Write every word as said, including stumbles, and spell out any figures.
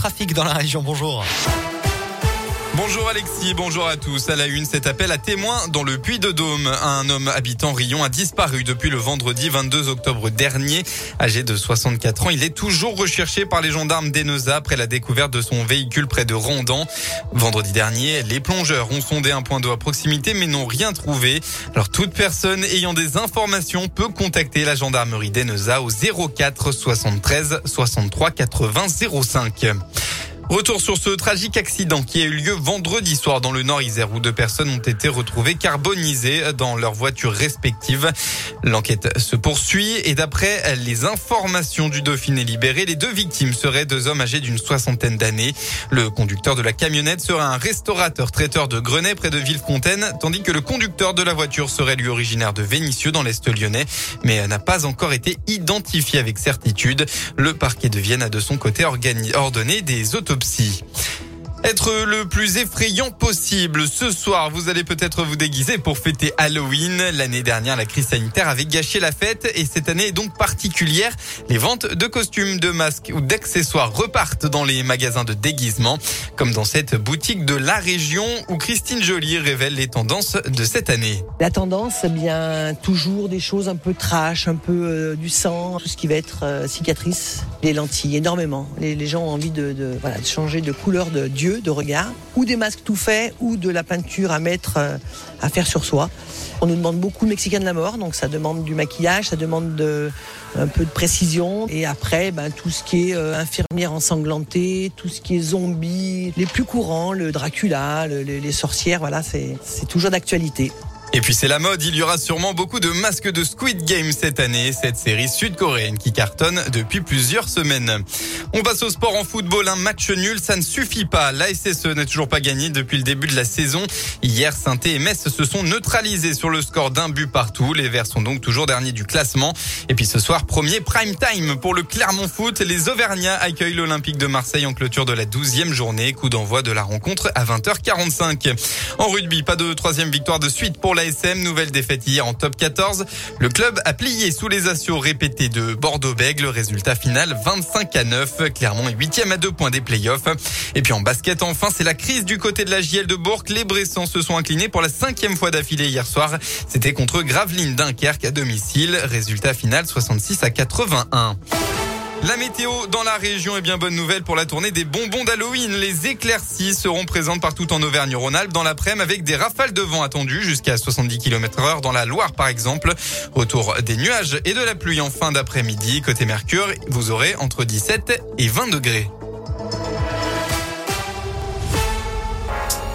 trafic dans la région. Bonjour. Bonjour Alexis, bonjour à tous. À la une, cet appel à témoins dans le Puy-de-Dôme. Un homme habitant Riom a disparu depuis le vendredi vingt-deux octobre dernier. Âgé de soixante-quatre ans, il est toujours recherché par les gendarmes d'Eneza après la découverte de son véhicule près de Rondan. Vendredi dernier, les plongeurs ont sondé un point d'eau à proximité mais n'ont rien trouvé. Alors toute personne ayant des informations peut contacter la gendarmerie d'Eneza au zéro quatre soixante-treize soixante-trois quatre-vingts zéro cinq. Retour sur ce tragique accident qui a eu lieu vendredi soir dans le Nord-Isère où deux personnes ont été retrouvées carbonisées dans leurs voitures respectives. L'enquête se poursuit et d'après les informations du Dauphiné libéré, les deux victimes seraient deux hommes âgés d'une soixantaine d'années. Le conducteur de la camionnette serait un restaurateur traiteur de Grenay près de Villefontaine, tandis que le conducteur de la voiture serait lui originaire de Vénissieux dans l'Est lyonnais, mais n'a pas encore été identifié avec certitude. Le parquet de Vienne a de son côté organi- ordonné des autopsies. Être le plus effrayant possible. Ce soir, vous allez peut-être vous déguiser pour fêter Halloween. L'année dernière, la crise sanitaire avait gâché la fête et cette année est donc particulière. Les ventes de costumes, de masques ou d'accessoires repartent dans les magasins de déguisement, comme dans cette boutique de la région où Christine Joly révèle les tendances de cette année. La tendance, eh bien, toujours des choses un peu trash, un peu euh, du sang, tout ce qui va être euh, cicatrices, les lentilles, énormément. Les, les gens ont envie de, de, voilà, de changer de couleur de Dieu, de regard, ou des masques tout faits, ou de la peinture à mettre, euh, à faire sur soi. On nous demande beaucoup le Mexicain de la mort, donc ça demande du maquillage, ça demande de, un peu de précision. Et après, ben, tout ce qui est euh, infirmière ensanglantée, tout ce qui est zombie, les plus courants, le Dracula, le, les, les sorcières, voilà, c'est, c'est toujours d'actualité. Et puis c'est la mode, il y aura sûrement beaucoup de masques de Squid Game cette année, cette série sud-coréenne qui cartonne depuis plusieurs semaines. On passe au sport en football, un match nul, ça ne suffit pas. L'A S S E n'a toujours pas gagné depuis le début de la saison. Hier, Saint-Étienne et Metz se sont neutralisés sur le score d'un but partout. Les Verts sont donc toujours derniers du classement. Et puis ce soir, premier prime time pour le Clermont Foot. Les Auvergnats accueillent l'Olympique de Marseille en clôture de la douzième journée. Coup d'envoi de la rencontre à vingt heures quarante-cinq. En rugby, pas de troisième victoire de suite pour l'A S M. Nouvelle défaite hier en top quatorze. Le club a plié sous les assauts répétés de Bordeaux-Bègles. Résultat final vingt-cinq à neuf. Clermont est huitième à deux points des playoffs. Et puis en basket, enfin, c'est la crise du côté de la J L de Bourg. Les Bressans se sont inclinés pour la cinquième fois d'affilée hier soir. C'était contre Gravelines Dunkerque à domicile. Résultat final soixante-six à quatre-vingt-un. La météo dans la région est bien bonne nouvelle pour la tournée des bonbons d'Halloween. Les éclaircies seront présentes partout en Auvergne-Rhône-Alpes dans l'après-midi avec des rafales de vent attendues jusqu'à soixante-dix kilomètres heure dans la Loire par exemple. Retour des nuages et de la pluie en fin d'après-midi. Côté Mercure, vous aurez entre dix-sept et vingt degrés.